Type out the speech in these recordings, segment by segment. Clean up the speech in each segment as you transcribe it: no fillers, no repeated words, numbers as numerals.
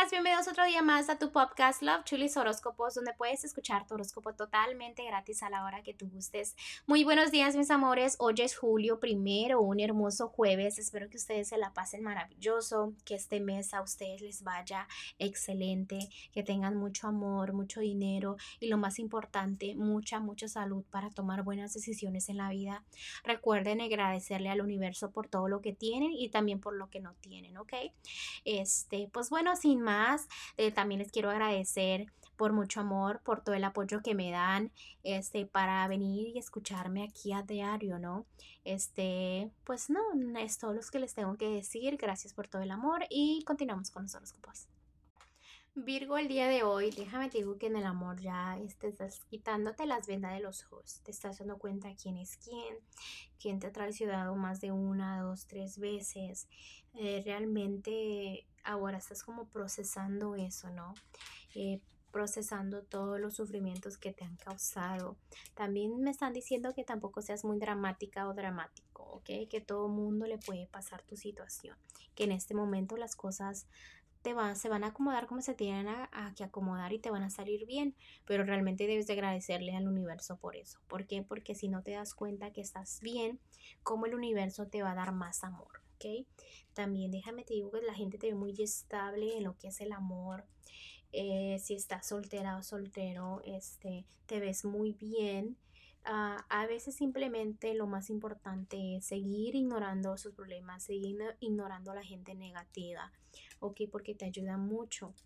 días, bienvenidos otro día más a tu podcast Love Chulis Horóscopos, donde puedes escuchar tu horóscopo totalmente gratis a la hora que tú gustes. Muy buenos días, mis amores. Hoy es julio primero, un hermoso jueves. Espero que ustedes se la pasen maravilloso, que este mes a ustedes les vaya excelente, que tengan mucho amor, mucho dinero y lo más importante, mucha salud para tomar buenas decisiones en la vida. Recuerden agradecerle al universo por todo lo que tienen y también por lo que no tienen, ¿ok? Pues bueno, sin más, también les quiero agradecer por mucho amor, por todo el apoyo que me dan, para venir y escucharme aquí a diario, ¿no? Pues no, es todo lo que les tengo que decir. Gracias por todo el amor y continuamos con los horóscopos. Virgo, el día de hoy, déjame te digo que en el amor ya estás quitándote las vendas de los ojos, te estás dando cuenta quién es quién te ha traicionado más de una, dos, tres veces. Realmente ahora estás como procesando eso, ¿no? Procesando todos los sufrimientos que te han causado. También me están diciendo que tampoco seas muy dramática o dramático, ¿ok? Que todo mundo le puede pasar tu situación, que en este momento las cosas se van a acomodar como se tienen a que acomodar y te van a salir bien, pero realmente debes de agradecerle al universo por eso. ¿Por qué? Porque si no te das cuenta que estás bien, como el universo te va a dar más amor, ¿ok? También déjame te digo que la gente te ve muy estable en lo que es el amor. Si estás soltera o soltero, te ves muy bien. A veces simplemente lo más importante es seguir ignorando sus problemas, seguir ignorando a la gente negativa, ¿ok? Porque te ayuda mucho.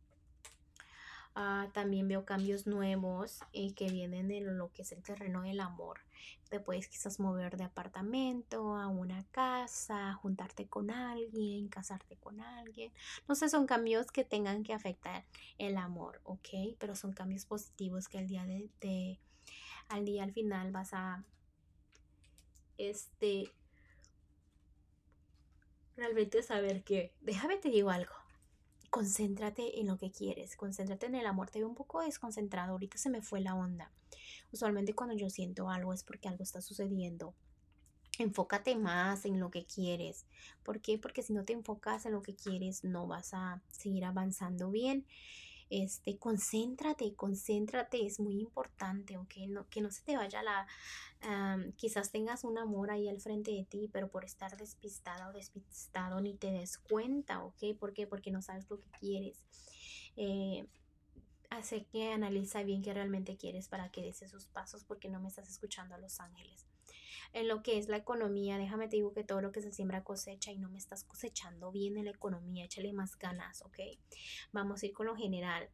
También veo cambios nuevos que vienen de lo que es el terreno del amor. Te puedes quizás mover de apartamento a una casa, juntarte con alguien, casarte con alguien. No sé, son cambios que tengan que afectar el amor, ¿ok? Pero son cambios positivos que al día al final vas a, este, realmente saber que, déjame te digo algo. Concéntrate en lo que quieres, concéntrate en el amor. Te veo un poco desconcentrado, ahorita se me fue la onda. Usualmente cuando yo siento algo es porque algo está sucediendo. Enfócate más en lo que quieres. ¿Por qué? Porque si no te enfocas en lo que quieres, no vas a seguir avanzando bien. Concéntrate, es muy importante, ¿ok? No, que no se te vaya quizás tengas un amor ahí al frente de ti, pero por estar despistada o despistado ni te des cuenta, ¿ok? ¿Por qué? Porque no sabes lo que quieres. Eh, Así que analiza bien qué realmente quieres para que des esos pasos, porque no me estás escuchando a los ángeles. En lo que es la economía, déjame te digo que todo lo que se siembra cosecha y no me estás cosechando bien en la economía, échale más ganas, ¿ok? Vamos a ir con lo general.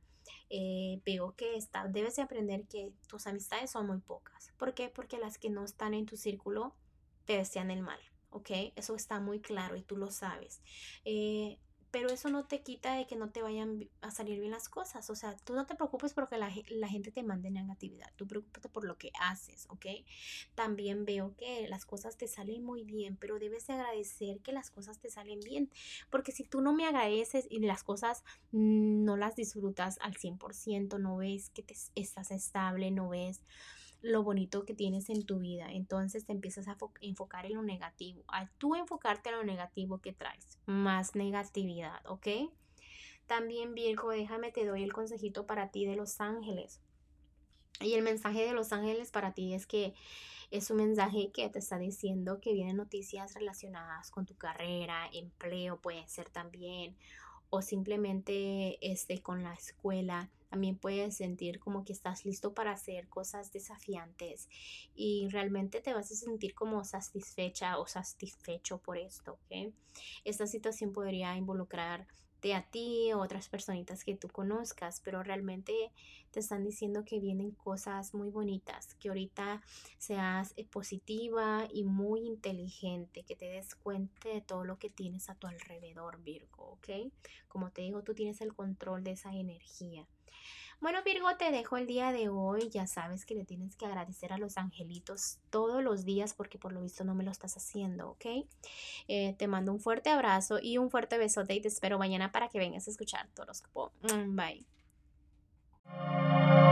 Veo que debes de aprender que tus amistades son muy pocas. ¿Por qué? Porque las que no están en tu círculo te desean el mal, ¿ok? Eso está muy claro y tú lo sabes. Eh, pero eso no te quita de que no te vayan a salir bien las cosas. O sea, tú no te preocupes porque la gente te mande negatividad. Tú preocúpate por lo que haces, ¿ok? También veo que las cosas te salen muy bien, pero debes de agradecer que las cosas te salen bien. Porque si tú no me agradeces y las cosas no las disfrutas al 100%, no ves que estás estable, no ves lo bonito que tienes en tu vida, entonces te empiezas a enfocar en lo negativo. Al tú enfocarte en lo negativo que traes, más negatividad, ¿ok? También Virgo, déjame te doy el consejito para ti de los ángeles. Y el mensaje de los ángeles para ti es que es un mensaje que te está diciendo que vienen noticias relacionadas con tu carrera, empleo, puede ser también, o simplemente con la escuela. También puedes sentir como que estás listo para hacer cosas desafiantes y realmente te vas a sentir como satisfecha o satisfecho por esto, ¿ok? Esta situación podría involucrarte a ti o otras personitas que tú conozcas, pero realmente te están diciendo que vienen cosas muy bonitas, que ahorita seas positiva y muy inteligente, que te des cuenta de todo lo que tienes a tu alrededor, Virgo, ¿ok? Como te digo, tú tienes el control de esa energía. Bueno, Virgo, te dejo el día de hoy. Ya sabes que le tienes que agradecer a los angelitos todos los días porque por lo visto no me lo estás haciendo, ¿ok? Te mando un fuerte abrazo y un fuerte besote y te espero mañana para que vengas a escuchar tu horóscopo. Bye.